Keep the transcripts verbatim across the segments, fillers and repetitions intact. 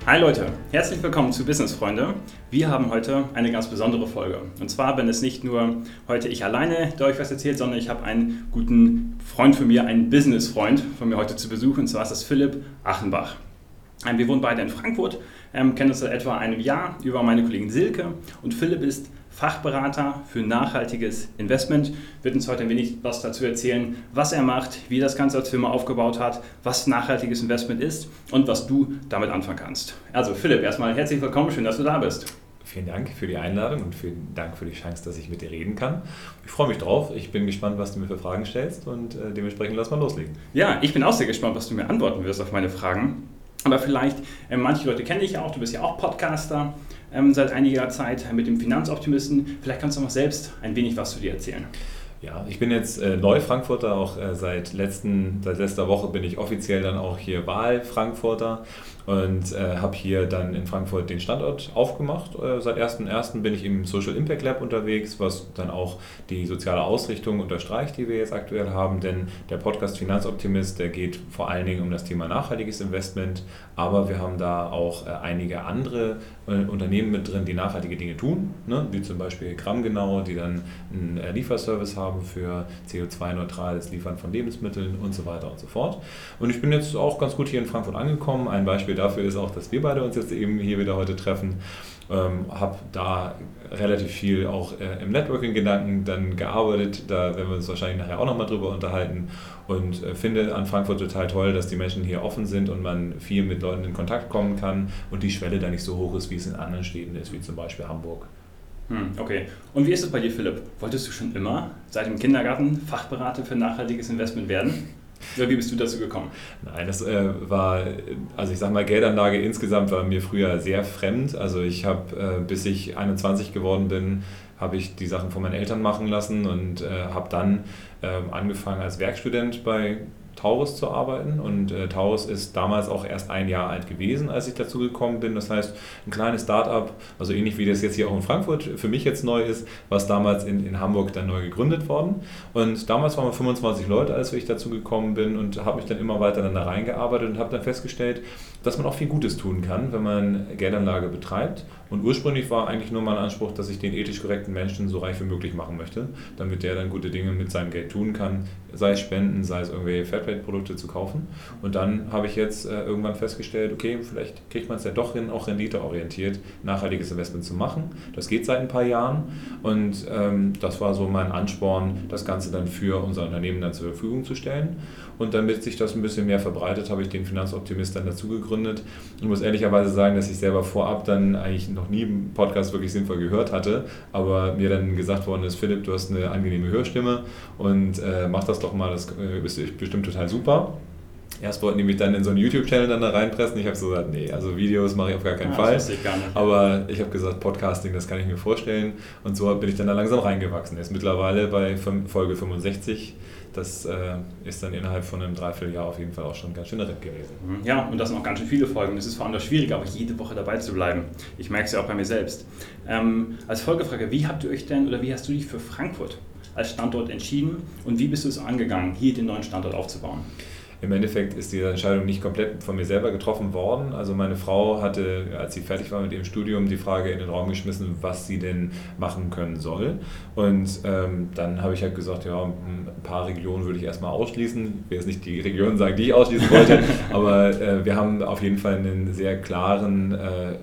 Hi Leute, herzlich willkommen zu Business Freunde. Wir haben heute eine ganz besondere Folge. Und zwar bin es nicht nur heute ich alleine, der euch was erzählt, sondern ich habe einen guten Freund von mir, einen Business-Freund von mir heute zu Besuch. Und zwar ist das Philipp Achenbach. Wir wohnen beide in Frankfurt, kennen uns seit etwa einem Jahr über meine Kollegin Silke. Und Philipp ist Fachberater für nachhaltiges Investment, wird uns heute ein wenig was dazu erzählen, was er macht, wie er das Ganze als Firma aufgebaut hat, was nachhaltiges Investment ist und was du damit anfangen kannst. Also Philipp, erstmal herzlich willkommen, schön, dass du da bist. Vielen Dank für die Einladung und vielen Dank für die Chance, dass ich mit dir reden kann. Ich freue mich drauf, ich bin gespannt, was du mir für Fragen stellst und äh, dementsprechend lass mal loslegen. Ja, ich bin auch sehr gespannt, was du mir antworten wirst auf meine Fragen. Aber vielleicht, äh, manche Leute kennen dich ja auch, du bist ja auch Podcaster ähm, seit einiger Zeit mit dem Finanzoptimisten. Vielleicht kannst du noch selbst ein wenig was zu dir erzählen. Ja, ich bin jetzt äh, Neu-Frankfurter, auch äh, seit, letzten, seit letzter Woche bin ich offiziell dann auch hier Wahl-Frankfurter und äh, habe hier dann in Frankfurt den Standort aufgemacht. Äh, seit ersten ersten bin ich im Social Impact Lab unterwegs, was dann auch die soziale Ausrichtung unterstreicht, die wir jetzt aktuell haben, denn der Podcast Finanzoptimist, der geht vor allen Dingen um das Thema nachhaltiges Investment, aber wir haben da auch äh, einige andere äh, Unternehmen mit drin, die nachhaltige Dinge tun, ne? Wie zum Beispiel Grammgenau, die dann einen äh, Lieferservice haben für C O zwei neutrales Liefern von Lebensmitteln und so weiter und so fort. Und ich bin jetzt auch ganz gut hier in Frankfurt angekommen. Ein Beispiel dafür ist auch, dass wir beide uns jetzt eben hier wieder heute treffen. Ähm, habe da relativ viel auch äh, im Networking-Gedanken dann gearbeitet, da werden wir uns wahrscheinlich nachher auch nochmal drüber unterhalten und äh, finde an Frankfurt total toll, dass die Menschen hier offen sind und man viel mit Leuten in Kontakt kommen kann und die Schwelle da nicht so hoch ist, wie es in anderen Städten ist, wie zum Beispiel Hamburg. Okay. Und wie ist es bei dir, Philipp? Wolltest du schon immer seit dem Kindergarten Fachberater für nachhaltiges Investment werden? Oder wie bist du dazu gekommen? Nein, das äh, war, also ich sag mal, Geldanlage insgesamt war mir früher sehr fremd. Also ich habe, äh, bis ich einundzwanzig geworden bin, habe ich die Sachen von meinen Eltern machen lassen und äh, habe dann äh, angefangen als Werkstudent bei Taurus zu arbeiten und äh, Taurus ist damals auch erst ein Jahr alt gewesen, als ich dazu gekommen bin. Das heißt, ein kleines Start-up, also ähnlich wie das jetzt hier auch in Frankfurt für mich jetzt neu ist, was damals in, in Hamburg dann neu gegründet worden. Und damals waren wir fünfundzwanzig Leute, als ich dazu gekommen bin und habe mich dann immer weiter dann da reingearbeitet und habe dann festgestellt, dass man auch viel Gutes tun kann, wenn man Geldanlage betreibt. Und ursprünglich war eigentlich nur mein Anspruch, dass ich den ethisch korrekten Menschen so reich wie möglich machen möchte, damit der dann gute Dinge mit seinem Geld tun kann, sei es Spenden, sei es irgendwelche Fairtrade-Produkte zu kaufen. Und dann habe ich jetzt äh, irgendwann festgestellt, okay, vielleicht kriegt man es ja doch hin, auch renditeorientiert nachhaltiges Investment zu machen. Das geht seit ein paar Jahren und ähm, das war so mein Ansporn, das Ganze dann für unser Unternehmen dann zur Verfügung zu stellen. Und damit sich das ein bisschen mehr verbreitet, habe ich den Finanzoptimist dann dazu gegründet. Ich muss ehrlicherweise sagen, dass ich selber vorab dann eigentlich noch nie einen Podcast wirklich sinnvoll gehört hatte, aber mir dann gesagt worden ist, Philipp, du hast eine angenehme Hörstimme und äh, mach das doch mal, das äh, ist bestimmt total super. Erst wollten die mich dann in so einen YouTube-Channel dann da reinpressen. Ich habe so gesagt, nee, also Videos mache ich auf gar keinen ja, Fall. Das ich gar nicht. Aber ich habe gesagt, Podcasting, das kann ich mir vorstellen. Und so bin ich dann da langsam reingewachsen. Jetzt mittlerweile bei Folge fünfundsechzig. Das äh, ist dann innerhalb von einem Dreivierteljahr auf jeden Fall auch schon ein ganz schöner Ritt gewesen. Ja, und das sind auch ganz schön viele Folgen. Es ist vor allem das Schwierige, aber jede Woche dabei zu bleiben. Ich merke es ja auch bei mir selbst. Ähm, als Folgefrage, wie habt ihr euch denn oder wie hast du dich für Frankfurt als Standort entschieden und wie bist du es angegangen, hier den neuen Standort aufzubauen? Im Endeffekt ist diese Entscheidung nicht komplett von mir selber getroffen worden. Also meine Frau hatte, als sie fertig war mit ihrem Studium, die Frage in den Raum geschmissen, was sie denn machen können soll. Und ähm, dann habe ich halt gesagt, ja, ein paar Regionen würde ich erstmal ausschließen. Ich will jetzt nicht die Regionen sagen, die ich ausschließen wollte, aber äh, wir haben auf jeden Fall einen sehr klaren äh,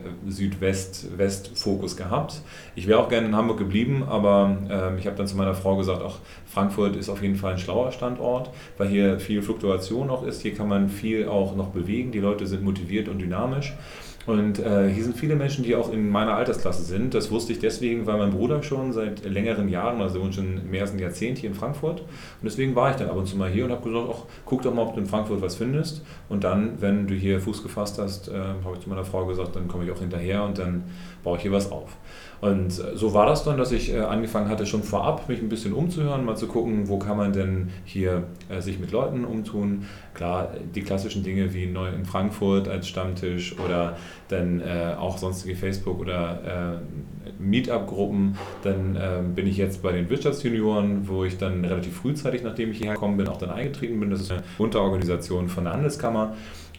Südwest-West-Fokus gehabt. Ich wäre auch gerne in Hamburg geblieben, aber äh, ich habe dann zu meiner Frau gesagt, ach, Frankfurt ist auf jeden Fall ein schlauer Standort, weil hier viel Fluktuation noch ist. Hier kann man viel auch noch bewegen. Die Leute sind motiviert und dynamisch. Und äh, hier sind viele Menschen, die auch in meiner Altersklasse sind. Das wusste ich deswegen, weil mein Bruder schon seit längeren Jahren, also schon mehr als ein Jahrzehnt hier in Frankfurt. Und deswegen war ich dann ab und zu mal hier und habe gesagt, ach, guck doch mal, ob du in Frankfurt was findest. Und dann, wenn du hier Fuß gefasst hast, äh, habe ich zu meiner Frau gesagt, dann komme ich auch hinterher und dann baue ich hier was auf. Und so war das dann, dass ich angefangen hatte, schon vorab mich ein bisschen umzuhören, mal zu gucken, wo kann man denn hier sich mit Leuten umtun. Klar, die klassischen Dinge wie neu in Frankfurt als Stammtisch oder dann auch sonstige Facebook- oder Meetup-Gruppen. Dann bin ich jetzt bei den Wirtschaftsjunioren, wo ich dann relativ frühzeitig, nachdem ich hierher gekommen bin, auch dann eingetreten bin. Das ist eine Unterorganisation von der Handelskammer.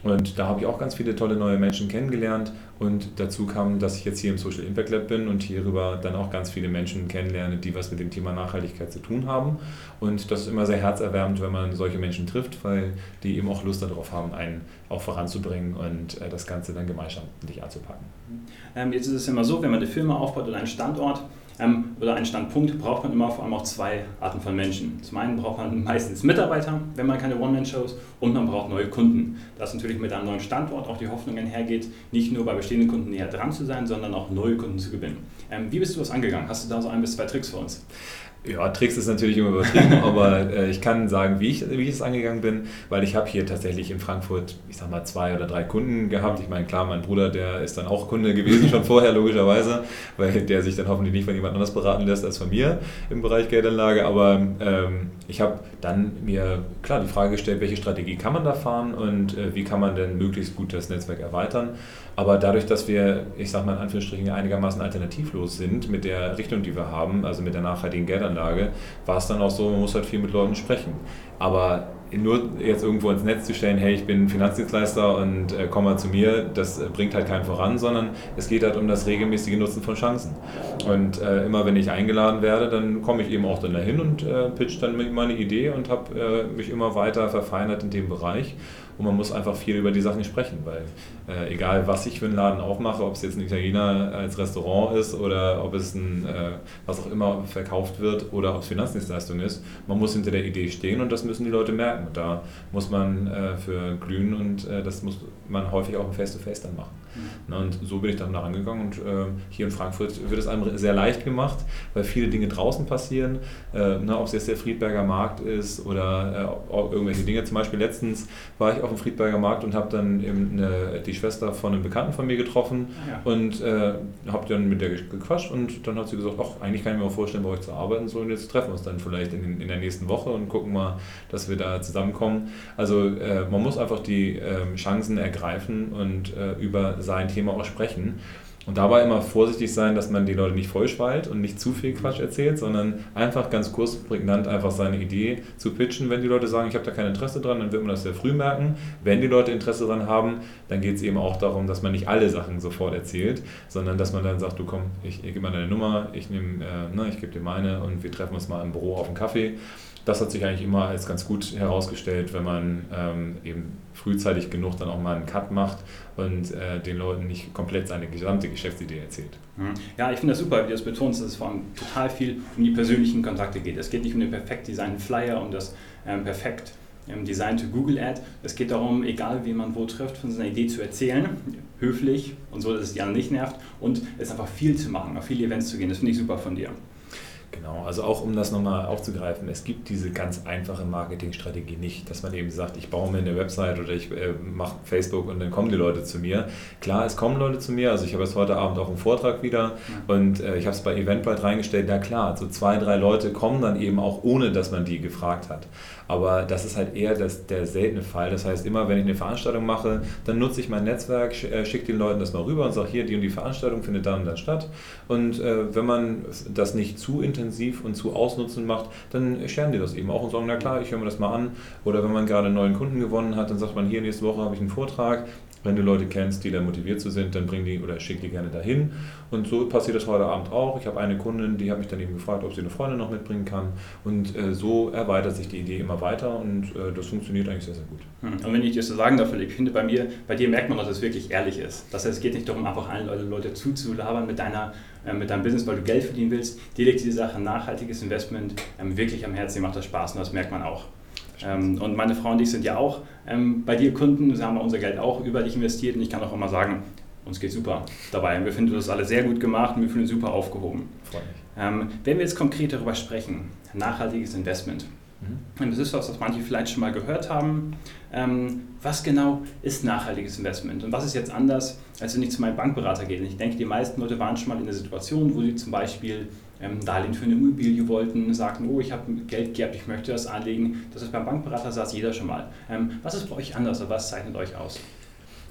Und da habe ich auch ganz viele tolle neue Menschen kennengelernt und dazu kam, dass ich jetzt hier im Social Impact Lab bin und hierüber dann auch ganz viele Menschen kennenlerne, die was mit dem Thema Nachhaltigkeit zu tun haben. Und das ist immer sehr herzerwärmend, wenn man solche Menschen trifft, weil die eben auch Lust darauf haben, einen auch voranzubringen und das Ganze dann gemeinschaftlich anzupacken. Ähm, jetzt ist es immer so, wenn man eine Firma aufbaut oder einen Standort, Ähm, oder einen Standpunkt, braucht man immer vor allem auch zwei Arten von Menschen. Zum einen braucht man meistens Mitarbeiter, wenn man keine One-Man-Shows, und man braucht neue Kunden. Das natürlich mit einem neuen Standort auch die Hoffnung einhergeht, nicht nur bei bestehenden Kunden näher dran zu sein, sondern auch neue Kunden zu gewinnen. Ähm, wie bist du das angegangen? Hast du da so ein bis zwei Tricks für uns? Ja, Tricks ist natürlich immer übertrieben, aber äh, ich kann sagen, wie ich, wie ich es angegangen bin, weil ich habe hier tatsächlich in Frankfurt, ich sag mal, zwei oder drei Kunden gehabt. Ich meine, klar, mein Bruder, der ist dann auch Kunde gewesen, schon vorher logischerweise, weil der sich dann hoffentlich nicht von jemand anders beraten lässt als von mir im Bereich Geldanlage, aber ähm, ich habe dann mir, klar, die Frage gestellt, welche Strategie kann man da fahren und äh, wie kann man denn möglichst gut das Netzwerk erweitern. Aber dadurch, dass wir, ich sage mal in Anführungsstrichen, einigermaßen alternativlos sind mit der Richtung, die wir haben, also mit der nachhaltigen Geldanlage, war es dann auch so, man muss halt viel mit Leuten sprechen. Aber nur jetzt irgendwo ins Netz zu stellen, hey, ich bin Finanzdienstleister und äh, komm mal zu mir, das äh, bringt halt keinen voran, sondern es geht halt um das regelmäßige Nutzen von Chancen. Und äh, immer wenn ich eingeladen werde, dann komme ich eben auch dann dahin und äh, pitch dann meine Idee und habe äh, mich immer weiter verfeinert in dem Bereich. Und man muss einfach viel über die Sachen sprechen, weil äh, egal was ich für einen Laden aufmache, ob es jetzt ein Italiener als Restaurant ist oder ob es ein, äh, was auch immer verkauft wird oder ob es Finanzdienstleistung ist, man muss hinter der Idee stehen und das müssen die Leute merken. Und da muss man äh, für glühen und äh, das muss man häufig auch im Face-to-Face dann machen. Mhm. Na, und so bin ich dann da rangegangen und äh, hier in Frankfurt wird es einem sehr leicht gemacht, weil viele Dinge draußen passieren, äh, na, ob es jetzt der Friedberger Markt ist oder äh, auch irgendwelche Dinge. Zum Beispiel letztens war ich auf dem Friedberger Markt und habe dann eben eine, die Schwester von einem Bekannten von mir getroffen ja. und äh, habe dann mit der gequatscht und dann hat sie gesagt, ach, eigentlich kann ich mir auch vorstellen, bei euch zu arbeiten, so, und jetzt treffen wir uns dann vielleicht in, in der nächsten Woche und gucken mal, dass wir da zusammenkommen. Also äh, man muss einfach die äh, Chancen ergreifen und äh, über sein Thema auch sprechen. Und dabei immer vorsichtig sein, dass man die Leute nicht vollschwallt und nicht zu viel Quatsch erzählt, sondern einfach ganz kurz und prägnant einfach seine Idee zu pitchen. Wenn die Leute sagen, ich habe da kein Interesse dran, dann wird man das sehr früh merken. Wenn die Leute Interesse dran haben, dann geht es eben auch darum, dass man nicht alle Sachen sofort erzählt, sondern dass man dann sagt, du komm, ich, ich gebe mal deine Nummer, ich, nehm, äh, ne, ich gebe dir meine und wir treffen uns mal im Büro auf einen Kaffee. Das hat sich eigentlich immer als ganz gut herausgestellt, wenn man ähm, eben frühzeitig genug dann auch mal einen Cut macht und äh, den Leuten nicht komplett seine gesamte Geschäftsidee erzählt. Ja, ich finde das super, wie du das betonst, dass es vor allem total viel um die persönlichen Kontakte geht. Es geht nicht um den perfekt designten Flyer, um das ähm, perfekt ähm, designte Google Ad. Es geht darum, egal wie man wo trifft, von seiner Idee zu erzählen, höflich und so, dass es die anderen nicht nervt und es einfach viel zu machen, auf viele Events zu gehen. Das finde ich super von dir. Genau, also auch um das nochmal aufzugreifen, es gibt diese ganz einfache Marketingstrategie nicht, dass man eben sagt, ich baue mir eine Website oder ich äh, mache Facebook und dann kommen die Leute zu mir. Klar, es kommen Leute zu mir, also ich habe jetzt heute Abend auch einen Vortrag wieder ja. und äh, ich habe es bei Eventbrite reingestellt, na klar, so zwei, drei Leute kommen dann eben auch ohne, dass man die gefragt hat. Aber das ist halt eher das, der seltene Fall, das heißt immer, wenn ich eine Veranstaltung mache, dann nutze ich mein Netzwerk, schicke den Leuten das mal rüber und sage, hier, die und die Veranstaltung findet dann und dann statt und äh, wenn man das nicht zu intensiv und zu ausnutzen macht, dann scheren die das eben auch und sagen, na klar, ich höre mir das mal an. Oder wenn man gerade einen neuen Kunden gewonnen hat, dann sagt man, hier nächste Woche habe ich einen Vortrag. Wenn du Leute kennst, die da motiviert zu sind, dann bring die oder schick die gerne dahin. Und so passiert das heute Abend auch. Ich habe eine Kundin, die hat mich dann eben gefragt, ob sie eine Freundin noch mitbringen kann. Und äh, so erweitert sich die Idee immer weiter und äh, das funktioniert eigentlich sehr, sehr gut. Und wenn ich dir so sagen darf, ich finde, bei mir, bei dir merkt man, dass es wirklich ehrlich ist. Das heißt, es geht nicht darum, einfach allen Leute, Leute zuzulabern mit, deiner, äh, mit deinem Business, weil du Geld verdienen willst. Dir liegt diese Sache, nachhaltiges Investment, ähm, wirklich am Herzen, dir macht das Spaß und das merkt man auch. Ähm, und meine Frau und ich sind ja auch ähm, bei dir Kunden, sie haben unser Geld auch über dich investiert und ich kann auch immer sagen, uns geht super dabei. Wir finden das alle sehr gut gemacht und wir fühlen uns super aufgehoben. Freut mich. Ähm, wenn wir jetzt konkret darüber sprechen, nachhaltiges Investment, mhm. das ist was, was manche vielleicht schon mal gehört haben. Ähm, was genau ist nachhaltiges Investment und was ist jetzt anders, als wenn ich zu meinem Bankberater gehe? Und ich denke, die meisten Leute waren schon mal in der Situation, wo sie zum Beispiel ähm, Darlehen für eine Immobilie wollten, sagten, oh, ich habe Geld gehabt, ich möchte das anlegen. Das ist beim Bankberater, saß jeder schon mal. Ähm, was ist bei euch anders oder was zeichnet euch aus?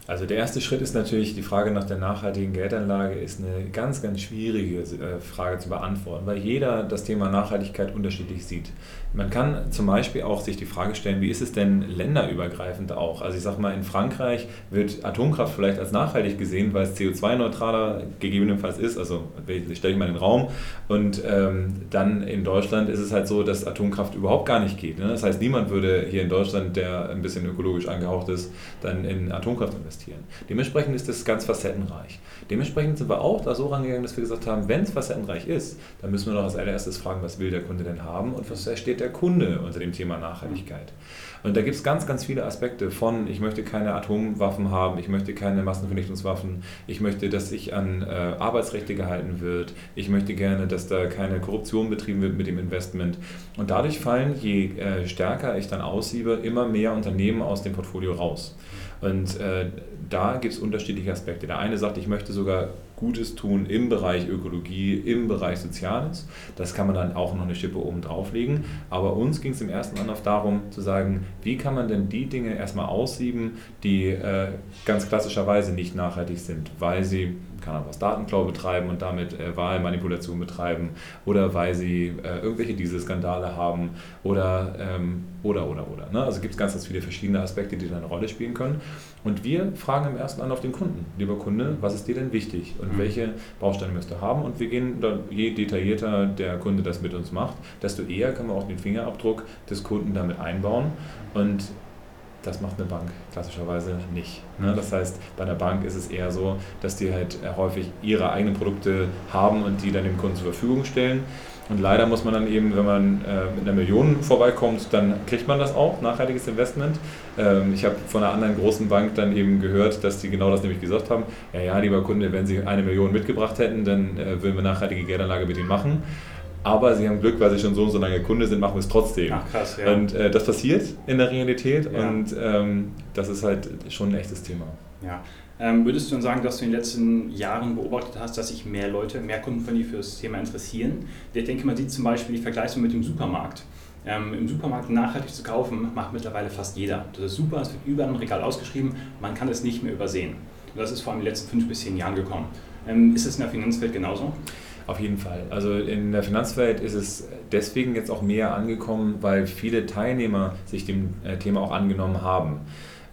Also der erste Schritt ist natürlich, die Frage nach der nachhaltigen Geldanlage ist eine ganz, ganz schwierige Frage zu beantworten, weil jeder das Thema Nachhaltigkeit unterschiedlich sieht. Man kann zum Beispiel auch sich die Frage stellen, wie ist es denn länderübergreifend auch? Also ich sage mal, in Frankreich wird Atomkraft vielleicht als nachhaltig gesehen, weil es C O zwei neutraler gegebenenfalls ist, also stelle ich mal in den Raum. Und ähm, dann in Deutschland ist es halt so, dass Atomkraft überhaupt gar nicht geht. Ne? Das heißt, niemand würde hier in Deutschland, der ein bisschen ökologisch angehaucht ist, dann in Atomkraft investieren. Dementsprechend ist das ganz facettenreich. Dementsprechend sind wir auch da so rangegangen, dass wir gesagt haben, wenn es facettenreich ist, dann müssen wir doch als allererstes fragen, was will der Kunde denn haben und was versteht der Kunde unter dem Thema Nachhaltigkeit. Und da gibt es ganz, ganz viele Aspekte von, ich möchte keine Atomwaffen haben, ich möchte keine Massenvernichtungswaffen, ich möchte, dass sich an äh, Arbeitsrechte gehalten wird, ich möchte gerne, dass da keine Korruption betrieben wird mit dem Investment. Und dadurch fallen, je äh, stärker ich dann aussiebe, immer mehr Unternehmen aus dem Portfolio raus. Und äh, da gibt es unterschiedliche Aspekte. Der eine sagt, ich möchte sogar Gutes tun im Bereich Ökologie, im Bereich Soziales. Das kann man dann auch noch eine Schippe oben drauflegen. Aber uns ging es im ersten Anlauf darum zu sagen, wie kann man denn die Dinge erstmal aussieben, die äh, ganz klassischerweise nicht nachhaltig sind, weil sie kann auch was Datenklau betreiben und damit äh, Wahlmanipulation betreiben oder weil sie äh, irgendwelche Dieselskandale haben oder ähm, oder oder oder. Ne? Also gibt es ganz, ganz viele verschiedene Aspekte, die da eine Rolle spielen können. Und wir fragen im ersten Anlauf den Kunden, lieber Kunde, was ist dir denn wichtig und mhm. welche Bausteine möchtest du haben? Und wir gehen dann, je detaillierter der Kunde das mit uns macht, desto eher können wir auch den Fingerabdruck des Kunden damit einbauen. Und das macht eine Bank klassischerweise nicht. Ne? Das heißt, bei einer Bank ist es eher so, dass die halt häufig ihre eigenen Produkte haben und die dann dem Kunden zur Verfügung stellen. Und leider muss man dann eben, wenn man äh, mit einer Million vorbeikommt, dann kriegt man das auch, nachhaltiges Investment. Ähm, ich habe von einer anderen großen Bank dann eben gehört, dass die genau das nämlich gesagt haben, ja, ja, lieber Kunde, wenn Sie eine Million mitgebracht hätten, dann äh, würden wir nachhaltige Geldanlage mit Ihnen machen. Aber sie haben Glück, weil sie schon so und so lange Kunde sind, machen wir es trotzdem. Ach, krass, ja. Und äh, das passiert in der Realität ja. und ähm, das ist halt schon ein echtes Thema. Ja. Ähm, würdest du dann sagen, dass du in den letzten Jahren beobachtet hast, dass sich mehr Leute, mehr Kunden von dir für das Thema interessieren? Ich denke, man sieht zum Beispiel die Vergleiche mit dem Supermarkt. Ähm, Im Supermarkt nachhaltig zu kaufen, macht mittlerweile fast jeder. Das ist super, es wird überall im Regal ausgeschrieben, man kann es nicht mehr übersehen. Und das ist vor allem in den letzten fünf bis zehn Jahren gekommen. Ähm, ist es in der Finanzwelt genauso? Auf jeden Fall. Also in der Finanzwelt ist es deswegen jetzt auch mehr angekommen, weil viele Teilnehmer sich dem Thema auch angenommen haben.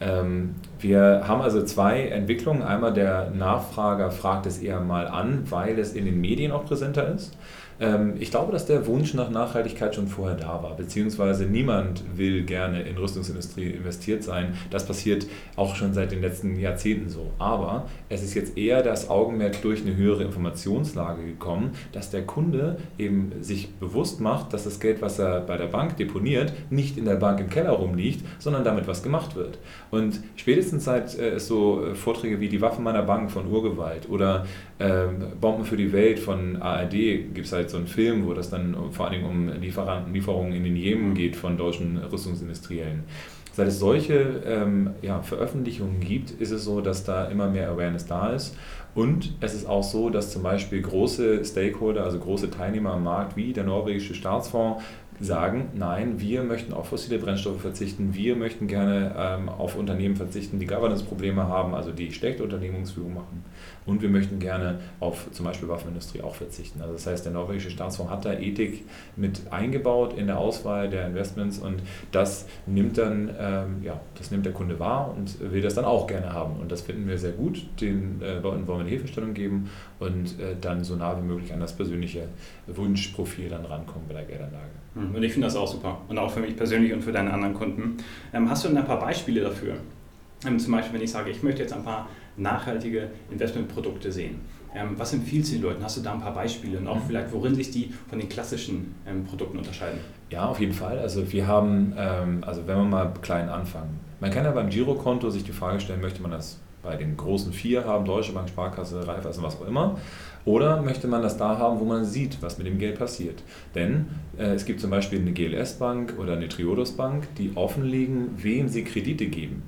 Wir haben also zwei Entwicklungen. Einmal der Nachfrager fragt es eher mal an, weil es in den Medien auch präsenter ist. Ich glaube, dass der Wunsch nach Nachhaltigkeit schon vorher da war, beziehungsweise niemand will gerne in Rüstungsindustrie investiert sein. Das passiert auch schon seit den letzten Jahrzehnten so. Aber es ist jetzt eher das Augenmerk durch eine höhere Informationslage gekommen, dass der Kunde eben sich bewusst macht, dass das Geld, was er bei der Bank deponiert, nicht in der Bank im Keller rumliegt, sondern damit was gemacht wird. Und spätestens seit es so Vorträge wie die Waffen meiner Bank von Urgewalt oder ähm, Bomben für die Welt von A R D gibt es halt so einen Film, wo das dann vor allem um Lieferanten, Lieferungen in den Jemen geht von deutschen Rüstungsindustriellen. Seit es solche ähm, ja, Veröffentlichungen gibt, ist es so, dass da immer mehr Awareness da ist. Und es ist auch so, dass zum Beispiel große Stakeholder, also große Teilnehmer am Markt wie der norwegische Staatsfonds, sagen, nein, wir möchten auf fossile Brennstoffe verzichten, wir möchten gerne ähm, auf Unternehmen verzichten, die Governance-Probleme haben, also die schlechte Unternehmensführung machen. Und wir möchten gerne auf zum Beispiel Waffenindustrie auch verzichten. Also das heißt, der norwegische Staatsfonds hat da Ethik mit eingebaut in der Auswahl der Investments und das nimmt dann, ähm, ja, das nimmt der Kunde wahr und will das dann auch gerne haben. Und das finden wir sehr gut. Den äh, Leuten wollen wir eine Hilfestellung geben und äh, dann so nah wie möglich an das persönliche Wunschprofil dann rankommen bei der Geldanlage. Und ich finde das auch super. Und auch für mich persönlich und für deine anderen Kunden. Ähm, hast du denn ein paar Beispiele dafür? Ähm, zum Beispiel, wenn ich sage, ich möchte jetzt ein paar nachhaltige Investmentprodukte sehen. Ähm, was empfiehlst du den Leuten? Hast du da ein paar Beispiele? Und auch vielleicht, worin sich die von den klassischen ähm, Produkten unterscheiden? Ja, auf jeden Fall. Also wir haben, ähm, also wenn wir mal klein anfangen. Man kann ja beim Girokonto sich die Frage stellen, möchte man das bei den großen vier haben, Deutsche Bank, Sparkasse, Raiffeisen, was auch immer. Oder möchte man das da haben, wo man sieht, was mit dem Geld passiert? Denn äh, es gibt zum Beispiel eine G L S-Bank oder eine Triodos Bank, die offenlegen, wem sie Kredite geben.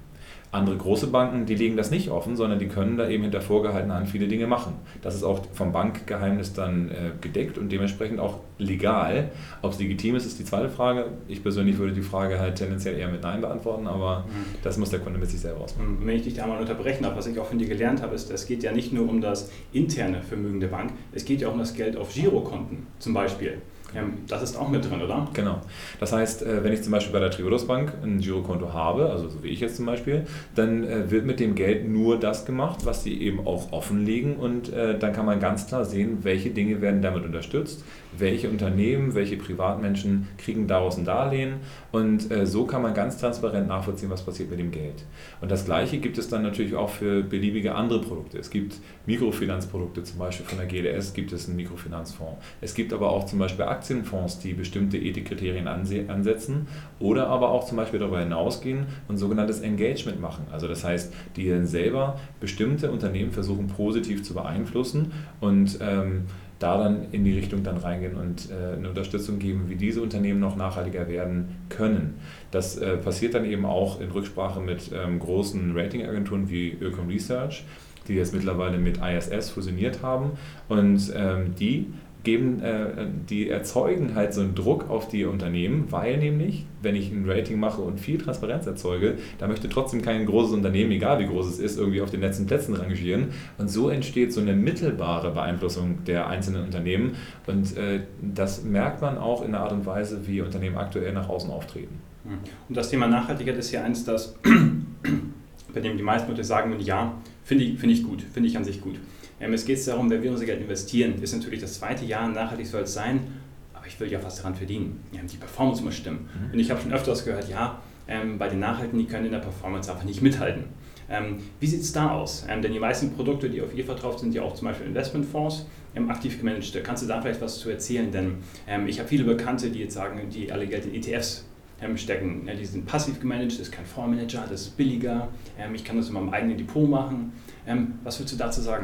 Andere große Banken, die legen das nicht offen, sondern die können da eben hinter vorgehaltener Hand viele Dinge machen. Das ist auch vom Bankgeheimnis dann äh, gedeckt und dementsprechend auch legal. Ob es legitim ist, ist die zweite Frage. Ich persönlich würde die Frage halt tendenziell eher mit Nein beantworten, aber mhm. das muss der Kunde mit sich selber ausmachen. Wenn ich dich da mal unterbrechen darf, was ich auch von dir gelernt habe, ist, es geht ja nicht nur um das interne Vermögen der Bank, es geht ja auch um das Geld auf Girokonten zum Beispiel. Das ist auch mit drin, oder? Genau. Das heißt, wenn ich zum Beispiel bei der Triodos Bank ein Girokonto habe, also so wie ich jetzt zum Beispiel, dann wird mit dem Geld nur das gemacht, was sie eben auch offenlegen und dann kann man ganz klar sehen, welche Dinge werden damit unterstützt, welche Unternehmen, welche Privatmenschen kriegen daraus ein Darlehen und so kann man ganz transparent nachvollziehen, was passiert mit dem Geld. Und das Gleiche gibt es dann natürlich auch für beliebige andere Produkte. Es gibt Mikrofinanzprodukte, zum Beispiel von der G D S gibt es einen Mikrofinanzfonds. Es gibt aber auch zum Beispiel Aktienfonds, die bestimmte Ethikkriterien ansetzen oder aber auch zum Beispiel darüber hinausgehen und sogenanntes Engagement machen. Also das heißt, die dann selber bestimmte Unternehmen versuchen positiv zu beeinflussen und ähm, da dann in die Richtung dann reingehen und äh, eine Unterstützung geben, wie diese Unternehmen noch nachhaltiger werden können. Das äh, passiert dann eben auch in Rücksprache mit ähm, großen Ratingagenturen wie Ökom Research, die jetzt mittlerweile mit I S S fusioniert haben und ähm, die geben, äh, die erzeugen halt so einen Druck auf die Unternehmen, weil nämlich, wenn ich ein Rating mache und viel Transparenz erzeuge, da möchte trotzdem kein großes Unternehmen, egal wie groß es ist, irgendwie auf den letzten Plätzen rangieren und so entsteht so eine mittelbare Beeinflussung der einzelnen Unternehmen und äh, das merkt man auch in der Art und Weise, wie Unternehmen aktuell nach außen auftreten. Und das Thema Nachhaltigkeit ist ja eins, das bei dem die meisten Leute sagen, ja, finde ich, finde ich gut, finde ich an sich gut. Ähm, es geht darum, wenn wir unser Geld investieren, ist natürlich das zweite Jahr, nachhaltig soll es sein, aber ich will ja was daran verdienen. Ja, die Performance muss stimmen. Mhm. Und ich habe schon öfters gehört, ja, ähm, bei den Nachhaltigen, die können in der Performance einfach nicht mithalten. Ähm, wie sieht es da aus? Ähm, denn die meisten Produkte, die auf E V A drauf sind, ja auch zum Beispiel Investmentfonds, ähm, aktiv gemanagte. Kannst du da vielleicht was zu erzählen? Denn ähm, ich habe viele Bekannte, die jetzt sagen, die alle Geld in E T Fs ähm, stecken. Ja, die sind passiv gemanagt, das ist kein Fondsmanager, das ist billiger, ähm, ich kann das in meinem eigenen Depot machen. Ähm, was würdest du dazu sagen?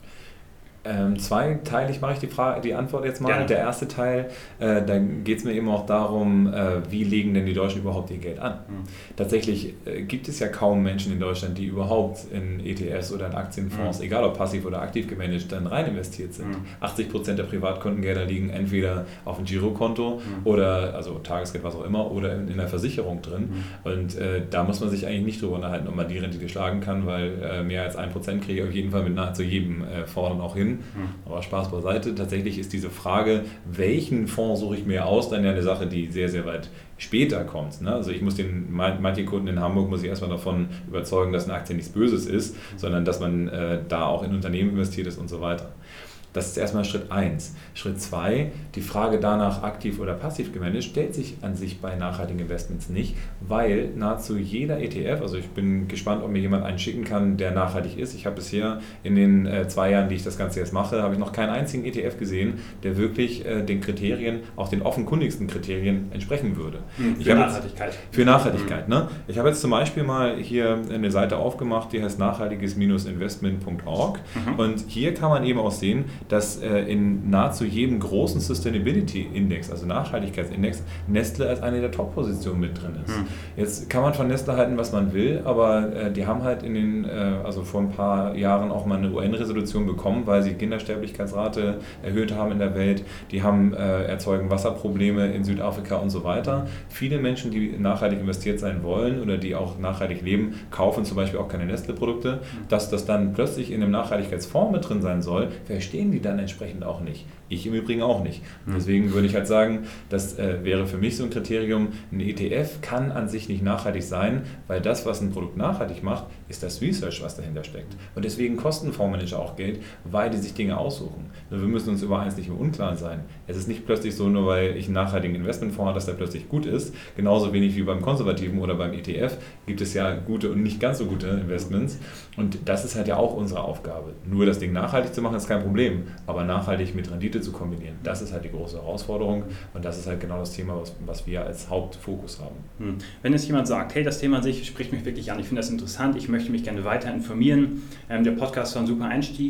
Ähm, zweiteilig mache ich die, Frage, die Antwort jetzt mal. Ja. Der erste Teil, äh, da geht es mir eben auch darum, äh, wie legen denn die Deutschen überhaupt ihr Geld an? Mhm. Tatsächlich äh, gibt es ja kaum Menschen in Deutschland, die überhaupt in E T Fs oder in Aktienfonds, mhm. egal ob passiv oder aktiv gemanagt, dann rein investiert sind. Mhm. achtzig Prozent der Privatkundengelder liegen entweder auf dem Girokonto mhm. oder, also Tagesgeld, was auch immer, oder in, in der Versicherung drin. Mhm. Und äh, da muss man sich eigentlich nicht drüber unterhalten, ob man die Rendite schlagen kann, weil äh, mehr als ein Prozent kriege ich auf jeden Fall mit nahezu jedem äh, Fonds dann auch hin. Aber Spaß beiseite, tatsächlich ist diese Frage, welchen Fonds suche ich mir aus, dann ja eine Sache, die sehr, sehr weit später kommt. Ne? Also ich muss den, manche Kunden in Hamburg muss ich erstmal davon überzeugen, dass eine Aktie nichts Böses ist, sondern dass man äh, da auch in Unternehmen investiert ist und so weiter. Das ist erstmal Schritt eins. Schritt zwei, die Frage danach, aktiv oder passiv gemanagt, stellt sich an sich bei nachhaltigen Investments nicht, weil nahezu jeder E T F, also ich bin gespannt, ob mir jemand einen schicken kann, der nachhaltig ist. Ich habe bisher in den äh, zwei Jahren, die ich das Ganze jetzt mache, habe ich noch keinen einzigen E T F gesehen, der wirklich äh, den Kriterien, auch den offenkundigsten Kriterien entsprechen würde. Mhm, für Nachhaltigkeit. Jetzt, für Nachhaltigkeit. Mhm. Ne? Ich habe jetzt zum Beispiel mal hier eine Seite aufgemacht, die heißt nachhaltiges Investment punkt org mhm. und hier kann man eben auch sehen, dass äh, in nahezu jedem großen Sustainability-Index, also Nachhaltigkeitsindex, Nestle als eine der Top-Positionen mit drin ist. Hm. Jetzt kann man von Nestle halten, was man will, aber äh, die haben halt in den, äh, also vor ein paar Jahren auch mal eine U N-Resolution bekommen, weil sie Kindersterblichkeitsrate erhöht haben in der Welt. Die haben äh, erzeugen Wasserprobleme in Südafrika und so weiter. Viele Menschen, die nachhaltig investiert sein wollen oder die auch nachhaltig leben, kaufen zum Beispiel auch keine Nestle-Produkte. Hm. Dass das dann plötzlich in einem Nachhaltigkeitsfonds mit drin sein soll, verstehen die dann entsprechend auch nicht. Ich im Übrigen auch nicht. Mhm. Deswegen würde ich halt sagen, das äh, wäre für mich so ein Kriterium, ein E T F kann an sich nicht nachhaltig sein, weil das, was ein Produkt nachhaltig macht, ist das Research, was dahinter steckt. Und deswegen kosten Fondsmanager auch Geld, weil die sich Dinge aussuchen. Nur wir müssen uns über eins nicht im Unklaren sein. Es ist nicht plötzlich so, nur weil ich einen nachhaltigen Investmentfonds habe, dass der plötzlich gut ist. Genauso wenig wie beim konservativen oder beim E T F gibt es ja gute und nicht ganz so gute Investments. Und das ist halt ja auch unsere Aufgabe. Nur das Ding nachhaltig zu machen, ist kein Problem. Aber nachhaltig mit Rendite zu kombinieren, das ist halt die große Herausforderung und das ist halt genau das Thema, was, was wir als Hauptfokus haben. Wenn jetzt jemand sagt, hey, das Thema an sich spricht mich wirklich an, ich finde das interessant, ich möchte mich gerne weiter informieren, ähm, der Podcast war ein super Einstieg,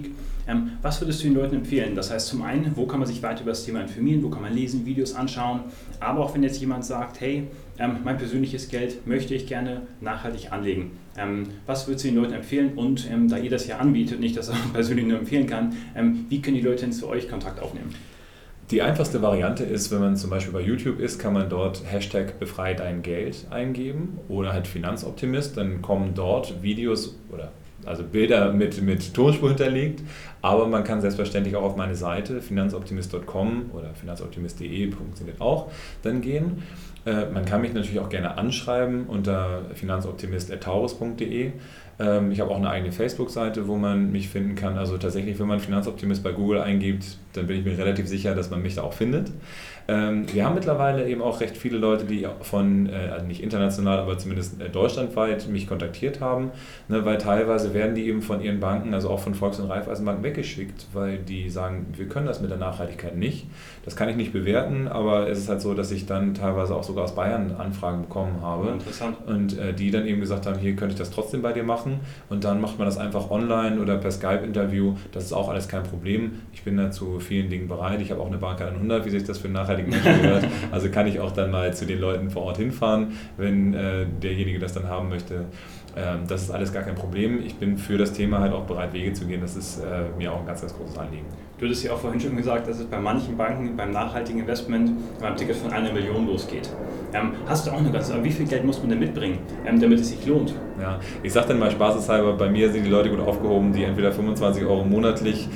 Ähm, was würdest du den Leuten empfehlen? Das heißt zum einen, wo kann man sich weiter über das Thema informieren, wo kann man lesen, Videos anschauen, aber auch wenn jetzt jemand sagt, hey, ähm, mein persönliches Geld möchte ich gerne nachhaltig anlegen. Ähm, was würdest du den Leuten empfehlen? Und ähm, da ihr das ja anbietet, nicht, dass er persönlich nur empfehlen kann, ähm, wie können die Leute denn zu euch Kontakt aufnehmen? Die einfachste Variante ist, wenn man zum Beispiel bei YouTube ist, kann man dort Hashtag befrei dein Geld eingeben oder halt Finanzoptimist, dann kommen dort Videos oder also Bilder mit, mit Tonspur hinterlegt, aber man kann selbstverständlich auch auf meine Seite finanzoptimist punkt com oder finanzoptimist punkt de funktioniert auch, dann gehen. Äh, man kann mich natürlich auch gerne anschreiben unter finanzoptimist at taurus punkt de. Ähm, ich habe auch eine eigene Facebook-Seite, wo man mich finden kann. Also tatsächlich, wenn man Finanzoptimist bei Google eingibt, dann bin ich mir relativ sicher, dass man mich da auch findet. Ähm, wir haben mittlerweile eben auch recht viele Leute, die von, äh, also nicht international, aber zumindest äh, deutschlandweit mich kontaktiert haben, ne, weil teilweise werden die eben von ihren Banken, also auch von Volks- und Raiffeisenbanken weggeschickt, weil die sagen, wir können das mit der Nachhaltigkeit nicht. Das kann ich nicht bewerten, aber es ist halt so, dass ich dann teilweise auch sogar aus Bayern Anfragen bekommen habe. Interessant. Und äh, die dann eben gesagt haben, hier könnte ich das trotzdem bei dir machen. Und dann macht man das einfach online oder per Skype-Interview. Das ist auch alles kein Problem. Ich bin da zu vielen Dingen bereit. Ich habe auch eine Barcard hundert, wie sich das für einen nachhaltigen Menschen gehört. Also kann ich auch dann mal zu den Leuten vor Ort hinfahren, wenn äh, derjenige das dann haben möchte. Ähm, das ist alles gar kein Problem. Ich bin für das Thema halt auch bereit, Wege zu gehen. Das ist äh, mir auch ein ganz, ganz großes Anliegen. Du hattest ja auch vorhin schon gesagt, dass es bei manchen Banken beim nachhaltigen Investment beim Ticket von einer Million losgeht. Ähm, hast du auch eine ganze, wie viel Geld muss man denn mitbringen, ähm, damit es sich lohnt? Ja, ich sage dann mal spaßeshalber, bei mir sind die Leute gut aufgehoben, die entweder fünfundzwanzig Euro monatlich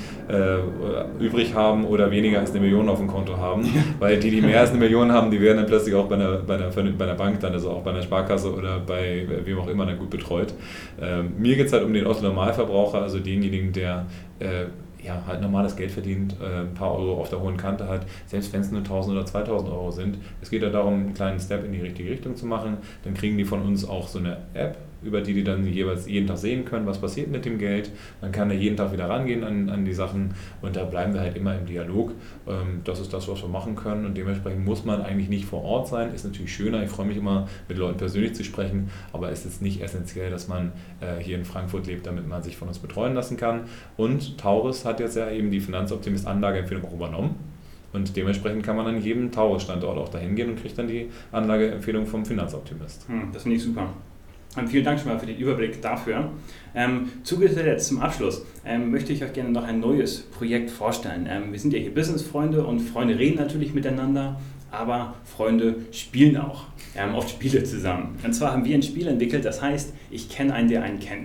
äh, übrig haben oder weniger als eine Million auf dem Konto haben. Weil die, die mehr als eine Million haben, die werden dann plötzlich auch bei einer, bei einer, bei einer Bank, dann also auch bei einer Sparkasse oder bei wem auch immer dann gut betreut. Ähm, mir geht es halt um den Otto-Normalverbraucher, also denjenigen, der äh, ja, halt normales Geld verdient, äh, ein paar Euro auf der hohen Kante hat, selbst wenn es nur tausend oder zweitausend Euro sind. Es geht ja darum, einen kleinen Step in die richtige Richtung zu machen. Dann kriegen die von uns auch so eine App, über die die dann jeweils jeden Tag sehen können, was passiert mit dem Geld. Man kann da jeden Tag wieder rangehen an, an die Sachen und da bleiben wir halt immer im Dialog. Ähm, das ist das, was wir machen können und dementsprechend muss man eigentlich nicht vor Ort sein. Ist natürlich schöner, ich freue mich immer, mit Leuten persönlich zu sprechen, aber es ist nicht essentiell, dass man äh, hier in Frankfurt lebt, damit man sich von uns betreuen lassen kann. Und Taurus hat jetzt ja eben die Finanzoptimist-Anlageempfehlung auch übernommen. Und dementsprechend kann man an jedem Taurus-Standort auch dahin gehen und kriegt dann die Anlageempfehlung vom Finanzoptimist. Hm, das finde ich super. Ähm, vielen Dank schon mal für den Überblick dafür. Ähm, zu guter Letzt zum Abschluss ähm, möchte ich euch gerne noch ein neues Projekt vorstellen. Ähm, wir sind ja hier Business-Freunde und Freunde reden natürlich miteinander, aber Freunde spielen auch ähm, oft Spiele zusammen. Und zwar haben wir ein Spiel entwickelt, das heißt, ich kenne einen, der einen kennt.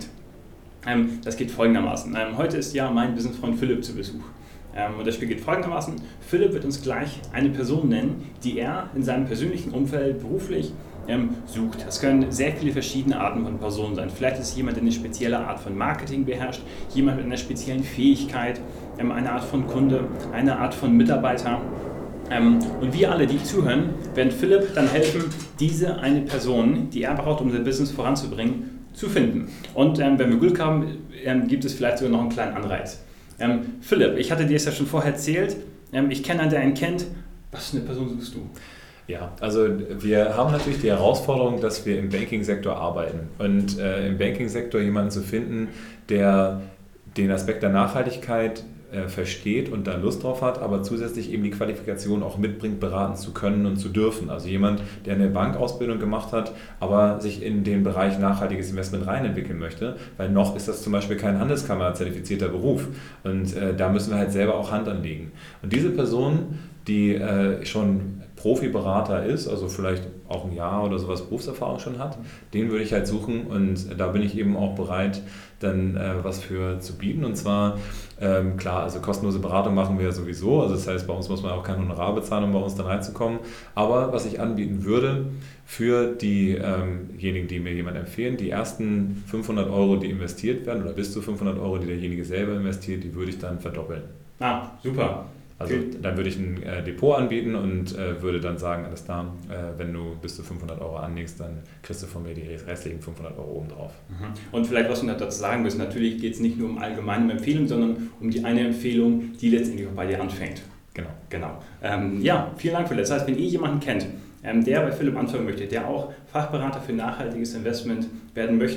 Ähm, das geht folgendermaßen. Ähm, heute ist ja mein Businessfreund Philipp zu Besuch. Ähm, und das Spiel geht folgendermaßen. Philipp wird uns gleich eine Person nennen, die er in seinem persönlichen Umfeld beruflich ähm, sucht. Es können sehr viele verschiedene Arten von Personen sein. Vielleicht ist es jemand, der eine spezielle Art von Marketing beherrscht, jemand mit einer speziellen Fähigkeit, ähm, eine Art von Kunde, eine Art von Mitarbeiter. Ähm, und wir alle, die zuhören, werden Philipp dann helfen, diese eine Person, die er braucht, um sein Business voranzubringen, zu finden. Und ähm, wenn wir Glück haben, ähm, gibt es vielleicht sogar noch einen kleinen Anreiz. Ähm, Philipp, ich hatte dir es ja schon vorher erzählt, ähm, ich kenne einen, der einen kennt. Was für eine Person suchst du? Ja, also wir haben natürlich die Herausforderung, dass wir im Banking-Sektor arbeiten. Und äh, im Banking-Sektor jemanden zu finden, der den Aspekt der Nachhaltigkeit äh, versteht und da Lust drauf hat, aber zusätzlich eben die Qualifikation auch mitbringt, beraten zu können und zu dürfen. Also jemand, der eine Bankausbildung gemacht hat, aber sich in den Bereich nachhaltiges Investment reinentwickeln möchte, weil noch ist das zum Beispiel kein Handelskammer-zertifizierter Beruf. Und äh, da müssen wir halt selber auch Hand anlegen. Und diese Person, die äh, schon Profiberater ist, also vielleicht auch ein Jahr oder sowas Berufserfahrung schon hat, den würde ich halt suchen und da bin ich eben auch bereit, dann äh, was für zu bieten. Und zwar, ähm, klar, also kostenlose Beratung machen wir ja sowieso, also das heißt, bei uns muss man auch kein Honorar bezahlen, um bei uns dann reinzukommen. Aber was ich anbieten würde für diejenigen, ähm die mir jemand empfehlen, die ersten fünfhundert Euro, die investiert werden, oder bis zu fünfhundert Euro, die derjenige selber investiert, die würde ich dann verdoppeln. Ah, super. Also dann würde ich ein äh, Depot anbieten und äh, würde dann sagen, alles klar, äh, wenn du bis zu fünfhundert Euro anlegst, dann kriegst du von mir die restlichen fünfhundert Euro oben drauf. Und vielleicht, was wir dazu sagen müssen, natürlich geht es nicht nur um allgemeine Empfehlungen, sondern um die eine Empfehlung, die letztendlich auch bei dir anfängt. Genau. Genau. Ähm, ja, vielen Dank für das. Das heißt, wenn ihr jemanden kennt, ähm, der bei Philipp anfangen möchte, der auch Fachberater für nachhaltiges Investment werden möchte,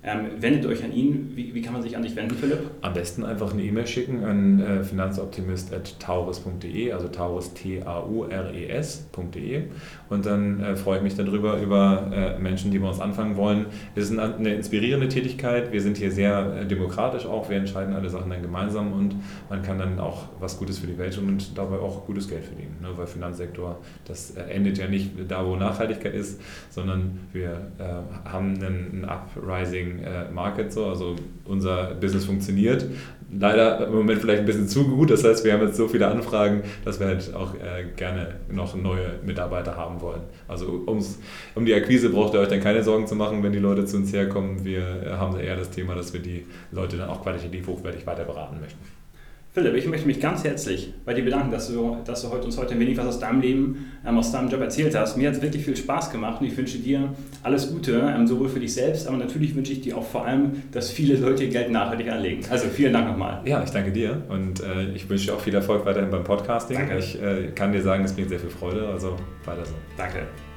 Ähm, wendet euch an ihn. Wie, wie kann man sich an dich wenden, Philipp? Am besten einfach eine E-Mail schicken an äh, finanzoptimist at taurus punkt de, also Taurus T A U R E S punkt de, und dann äh, freue ich mich darüber, über äh, Menschen, die bei uns anfangen wollen. Es ist eine, eine inspirierende Tätigkeit, wir sind hier sehr äh, demokratisch auch, wir entscheiden alle Sachen dann gemeinsam und man kann dann auch was Gutes für die Welt tun und dabei auch gutes Geld verdienen, ne? Weil Finanzsektor, das äh, endet ja nicht da, wo Nachhaltigkeit ist, sondern wir äh, haben einen, einen Uprising äh, Market, so, also unser Business funktioniert. Leider im Moment vielleicht ein bisschen zu gut, das heißt, wir haben jetzt so viele Anfragen, dass wir halt auch äh, gerne noch neue Mitarbeiter haben wollen. Also ums, um die Akquise braucht ihr euch dann keine Sorgen zu machen, wenn die Leute zu uns herkommen. Wir haben eher das Thema, dass wir die Leute dann auch qualitativ hochwertig weiter beraten möchten. Philipp, ich möchte mich ganz herzlich bei dir bedanken, dass du, dass du heute, uns heute ein wenig was aus deinem Leben, ähm, aus deinem Job erzählt hast. Mir hat es wirklich viel Spaß gemacht und ich wünsche dir alles Gute, ähm, sowohl für dich selbst, aber natürlich wünsche ich dir auch vor allem, dass viele Leute ihr Geld nachhaltig anlegen. Also vielen Dank nochmal. Ja, ich danke dir und äh, ich wünsche dir auch viel Erfolg weiterhin beim Podcasting. Danke. Ich äh, kann dir sagen, es bringt sehr viel Freude, also weiter so. Danke.